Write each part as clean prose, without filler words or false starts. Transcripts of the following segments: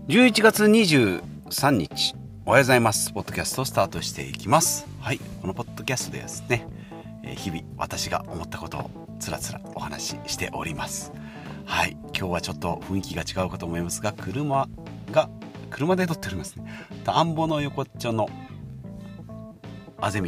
11月23日おはようございます。ポッドキャストをスタートしていきます。はい、このポッドキャストでですね、日々私が思ったことをつらつらお話ししております。はい、今日はちょっと雰囲気が違うかと思いますが、車で撮っておりますね。田んぼの横っちょのあぜ道、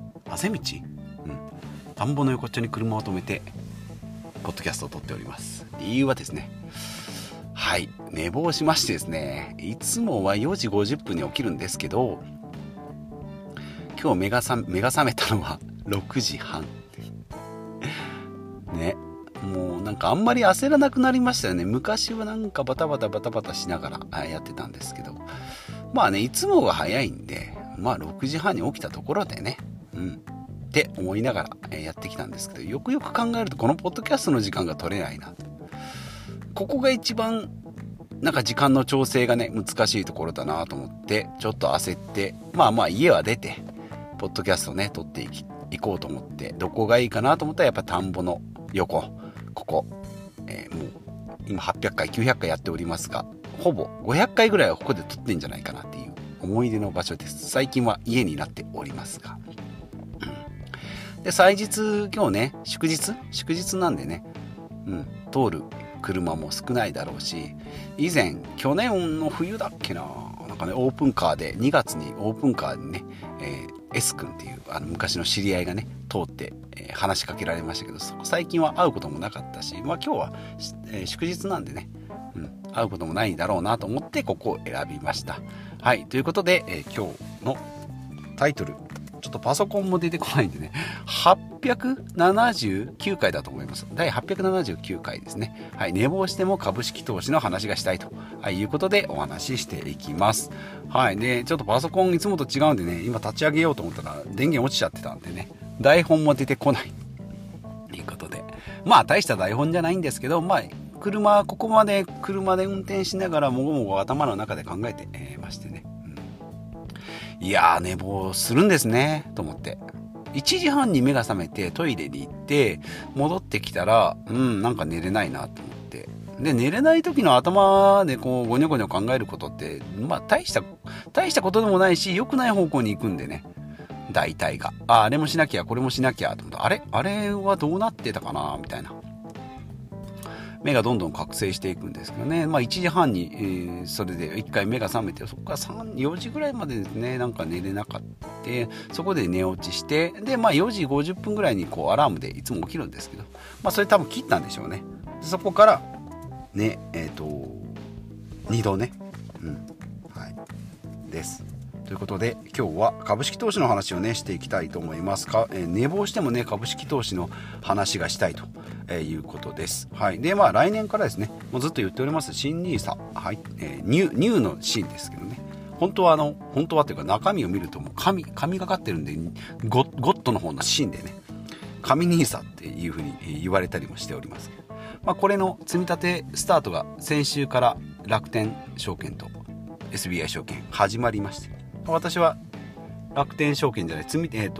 田んぼの横っちょに車を止めてポッドキャストを撮っております。理由はですね、はい、寝坊しましてですね、いつもは4時50分に起きるんですけど、今日目が覚めたのは6時半ね。もうなんかあんまり焦らなくなりましたよね。昔はなんかバタバタしながらやってたんですけど、まあね、いつもが早いんで、まあ6時半に起きたところでね、って思いながらやってきたんですけど、よくよく考えるとこのポッドキャストの時間が取れないな。ここが一番なんか時間の調整がね難しいところだなと思って、ちょっと焦って、まあ家は出てポッドキャストね撮っていこうと思って、どこがいいかなと思ったらやっぱ田んぼの横、ここ、もう今800回900回やっておりますが、ほぼ500回ぐらいはここで撮ってんじゃないかなっていう思い出の場所です。最近は家になっておりますが、で祭日今日ね祝日なんでね、通る車も少ないだろうし、以前去年の冬だっけな、なんかねオープンカーで2月にオープンカーにね、S 君っていう昔の知り合いがね通って、話しかけられましたけど、最近は会うこともなかったし、今日は、祝日なんでね、会うこともないだろうなと思ってここを選びました。はい、ということで、今日のタイトル、ちょっとパソコンも出てこないんでね、879回だと思います。第879回ですね。はい、寝坊しても株式投資の話がしたいということでお話ししていきます。はい、でちょっとパソコンいつもと違うんでね、今立ち上げようと思ったら電源落ちちゃってたんでね、台本も出てこないということで、まあ大した台本じゃないんですけど、ここまで車で運転しながらもごもご頭の中で考えて、ましてね、いやー寝坊するんですねと思って、1時半に目が覚めてトイレに行って戻ってきたら、なんか寝れないなと思って、で寝れない時の頭でこうゴニョゴニョ考えることって、大したことでもないし良くない方向に行くんでね、大体があれもしなきゃこれもしなきゃと思って、あれはどうなってたかなみたいな、目がどんどん覚醒していくんですけどね、1時半に、それで1回目が覚めて、そこから4時ぐらいまでですね、なんか寝れなかった。そこで寝落ちして、で4時50分ぐらいにこうアラームでいつも起きるんですけど、それ多分切ったんでしょうね。そこからね、2度ね、はいですということで、今日は株式投資の話をねしていきたいと思います。寝坊してもね株式投資の話がしたいということです。はい、で来年からですね、もうずっと言っております新NISA、はい、ニューの新ですけどね、本当はというか中身を見るともう紙がかってるんで、ゴッドの方の新でね、紙NISAっていうふうに言われたりもしておりますけど、これの積み立てスタートが先週から楽天証券と SBI 証券始まりまして、私は楽天証券じゃない積み立て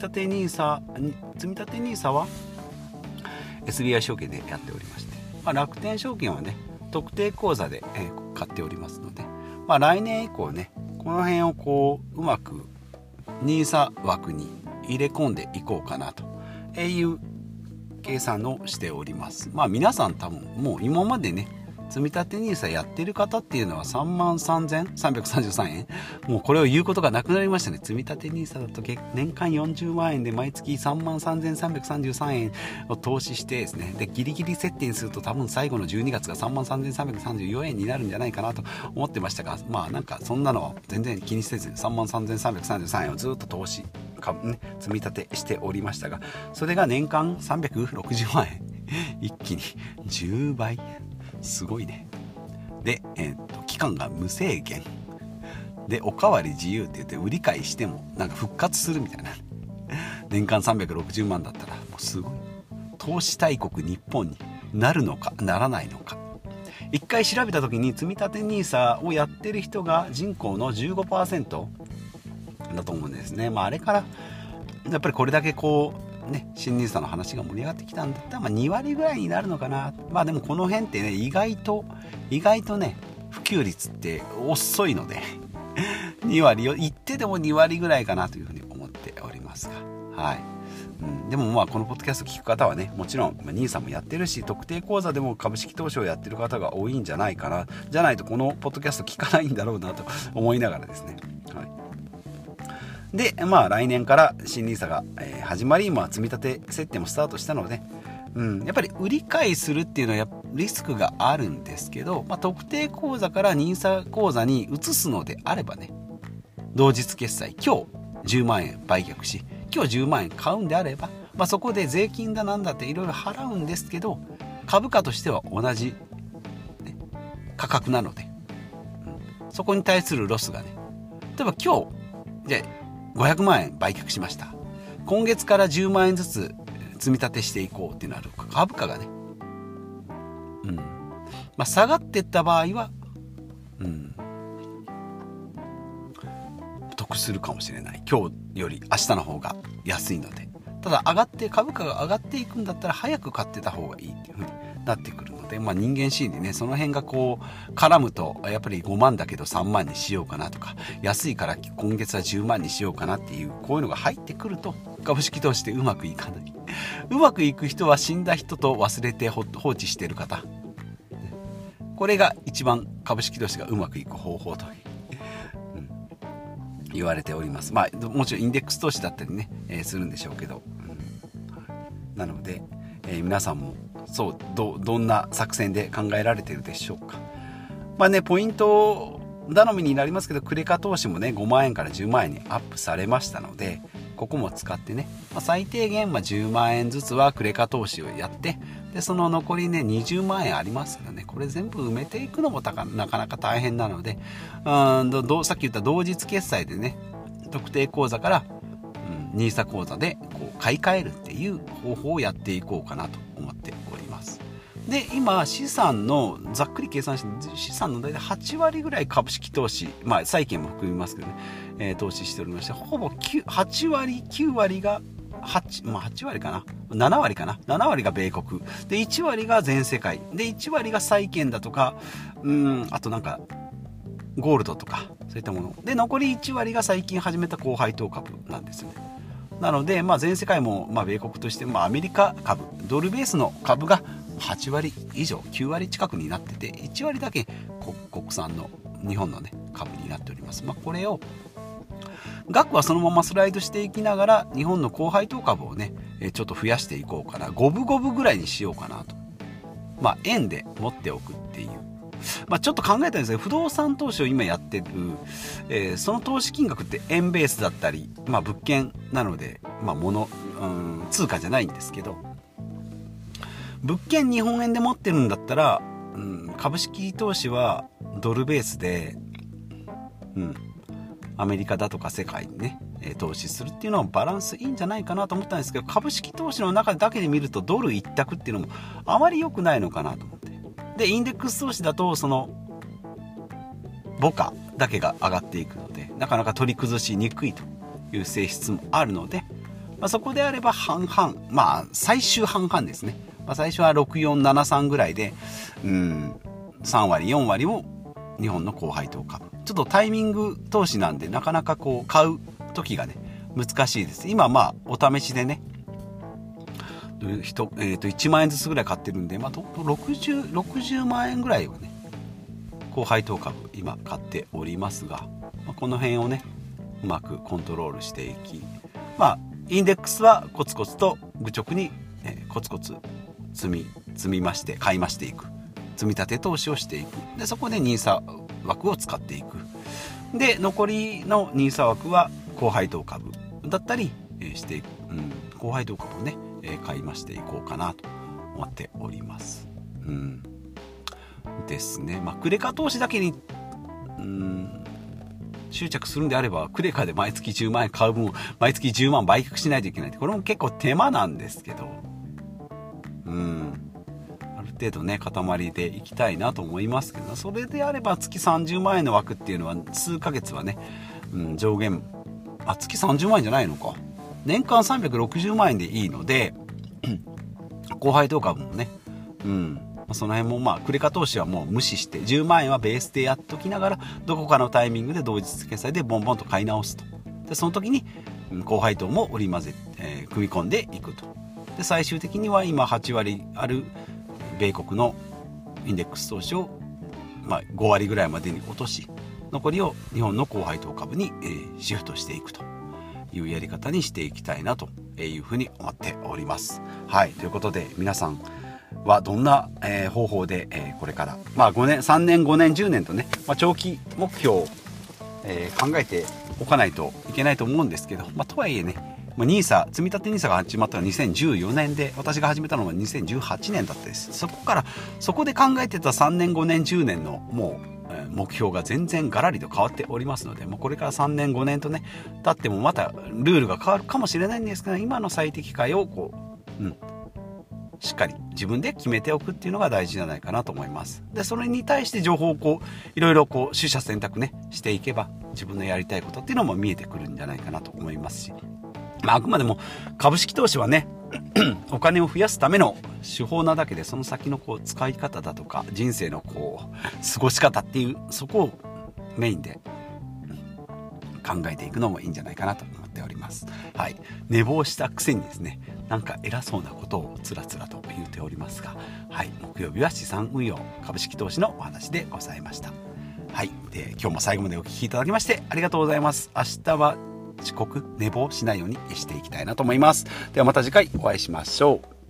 NISA は SBI 証券でやっておりまして、楽天証券はね特定口座で、買っておりますので、来年以降ねこの辺をこううまく NISA 枠に入れ込んでいこうかなという計算をしております。皆さん多分もう今までね積み立て NISA やってる方っていうのは33,333円、もうこれを言うことがなくなりましたね。積み立て NISA だと年間40万円で毎月33,333円を投資してですね、でギリギリ設定にすると多分最後の12月が33,334円になるんじゃないかなと思ってましたが、なんかそんなのは全然気にせずに33,333円をずっと投資積み立てしておりましたが、それが年間360万円一気に10倍、すごいね。で、期間が無制限でおかわり自由って言って、売り買いしてもなんか復活するみたいな年間360万だったらもうすごい、投資大国日本になるのかならないのか。一回調べた時に積み立て NISA をやってる人が人口の 15% だと思うんですね。あれからやっぱりこれだけこう新NISAの話が盛り上がってきたんだったら、2割ぐらいになるのかな。でもこの辺ってね意外とね普及率って遅いので2割を言ってでも2割ぐらいかなというふうに思っておりますが、はい。でもまあこのポッドキャスト聞く方はね、もちろんNISAもやってるし、特定口座でも株式投資をやってる方が多いんじゃないかな。じゃないとこのポッドキャスト聞かないんだろうなと思いながらですね。はい。で、まあ来年から新NISAが始まり、まあ積み立て設定もスタートしたので、やっぱり売り買いするっていうのはリスクがあるんですけど、まあ、特定口座からNISA口座に移すのであればね、同日決済、今日10万円売却し、今日10万円買うんであれば、まあ、そこで税金だなんだっていろいろ払うんですけど、株価としては同じ、ね、価格なので、そこに対するロスがね、例えば今日じゃあ500万円売却しました、今月から10万円ずつ積み立てしていこうってなる株価がね、まあ、下がっていった場合は、得するかもしれない。今日より明日の方が安いので。ただ株価が上がっていくんだったら早く買ってた方がいいっていう風になってくるので、まあ、人間心理ね、その辺がこう絡むと、やっぱり5万だけど3万にしようかなとか、安いから今月は10万にしようかなっていう、こういうのが入ってくると株式投資ってうまくいかない。うまくいく人は死んだ人と忘れて放置している方、これが一番株式投資がうまくいく方法と言われております。まあもちろんインデックス投資だったりね、するんでしょうけど、なので、皆さんもそうどんな作戦で考えられているでしょうか。まあね、ポイント頼みになりますけど、クレカ投資もね5万円から10万円にアップされましたので、ここも使ってね、まあ、最低限10万円ずつはクレカ投資をやって、でその残りね20万円ありますけどね、これ全部埋めていくのもなかなか大変なので、さっき言った同日決済でね、特定口座からNISA口座でこう買い替えるっていう方法をやっていこうかなと思っております。で今資産のざっくり計算して資産の大体8割ぐらい株式投資、まあ債券も含みますけどね、投資しておりまして、ほぼ8割9割が8割かな7割かな7割が米国で、1割が全世界で、1割が債券だとか、あとなんかゴールドとかそういったもので、残り1割が最近始めた高配当株なんですよね。なので、まあ、全世界も、米国として、アメリカ株ドルベースの株が8割以上9割近くになってて、1割だけ国産の日本のね株になっております。これを額はそのままスライドしていきながら、日本の高配当株をねちょっと増やしていこうかな、五分五分ぐらいにしようかなと、円で持っておくっていう、ちょっと考えたんですけど、不動産投資を今やってる、その投資金額って円ベースだったり、物件なので、通貨じゃないんですけど、物件日本円で持ってるんだったら、株式投資はドルベースで、アメリカだとか世界にね投資するっていうのはバランスいいんじゃないかなと思ったんですけど、株式投資の中だけで見るとドル一択っていうのもあまり良くないのかなと思って、でインデックス投資だとその母価だけが上がっていくので、なかなか取り崩しにくいという性質もあるので、そこであれば半々、最終半々ですね、最初は6473ぐらいで3割4割を日本の高配当株、ちょっとタイミング投資なんでなかなかこう買う時がね難しいです。今お試しでね1万円ずつぐらい買ってるんで、60万円ぐらいをね高配当株今買っておりますが、この辺をねうまくコントロールしていき、インデックスはコツコツと愚直に、コツコツ積みまして買い増していく、積み立て投資をしていく、でそこで NISA 枠を使っていく、で残りの NISA 枠は高配当株だったりしていく、高配当株をね買い増していこうかなと思っております。ですね。クレカ投資だけに執着するんであれば、クレカで毎月10万円買う分を毎月10万売却しないといけないって、これも結構手間なんですけど、ある程度ね塊でいきたいなと思いますけど、それであれば月30万円の枠っていうのは数ヶ月はね、上限月30万円じゃないのか、年間360万円でいいので高配当株もね、 その辺もクレカ投資はもう無視して10万円はベースでやっときながら、どこかのタイミングで同日決済でボンボンと買い直すと。でその時に高配当も織り交ぜ、組み込んでいくと。で最終的には今8割ある米国のインデックス投資を、5割ぐらいまでに落とし、残りを日本の高配当株に、シフトしていくというやり方にしていきたいなというふうに思っております。はい、ということで皆さんはどんな、方法で、これから、5年3年5年10年とね、長期目標を、考えておかないといけないと思うんですけど、とはいえね、NISA 積立 NISA が始まったのは2014年で、私が始めたのは2018年だったです。そこで考えてた3年5年10年のもう目標が全然ガラリと変わっておりますので、もうこれから3年5年とね経ってもまたルールが変わるかもしれないんですけど、今の最適解をしっかり自分で決めておくっていうのが大事じゃないかなと思います。でそれに対して情報をいろいろ取捨選択ねしていけば、自分のやりたいことっていうのも見えてくるんじゃないかなと思いますし、あくまでも株式投資はねお金を増やすための手法なだけで、その先の使い方だとか人生の過ごし方っていう、そこをメインで考えていくのもいいんじゃないかなと思っております。はい、寝坊したくせにですね、なんか偉そうなことをつらつらと言っておりますが、はい、木曜日は資産運用株式投資のお話でございました。はい、で今日も最後までお聞きいただきましてありがとうございます。明日は遅刻寝坊しないようにしていきたいなと思います。ではまた次回お会いしましょう。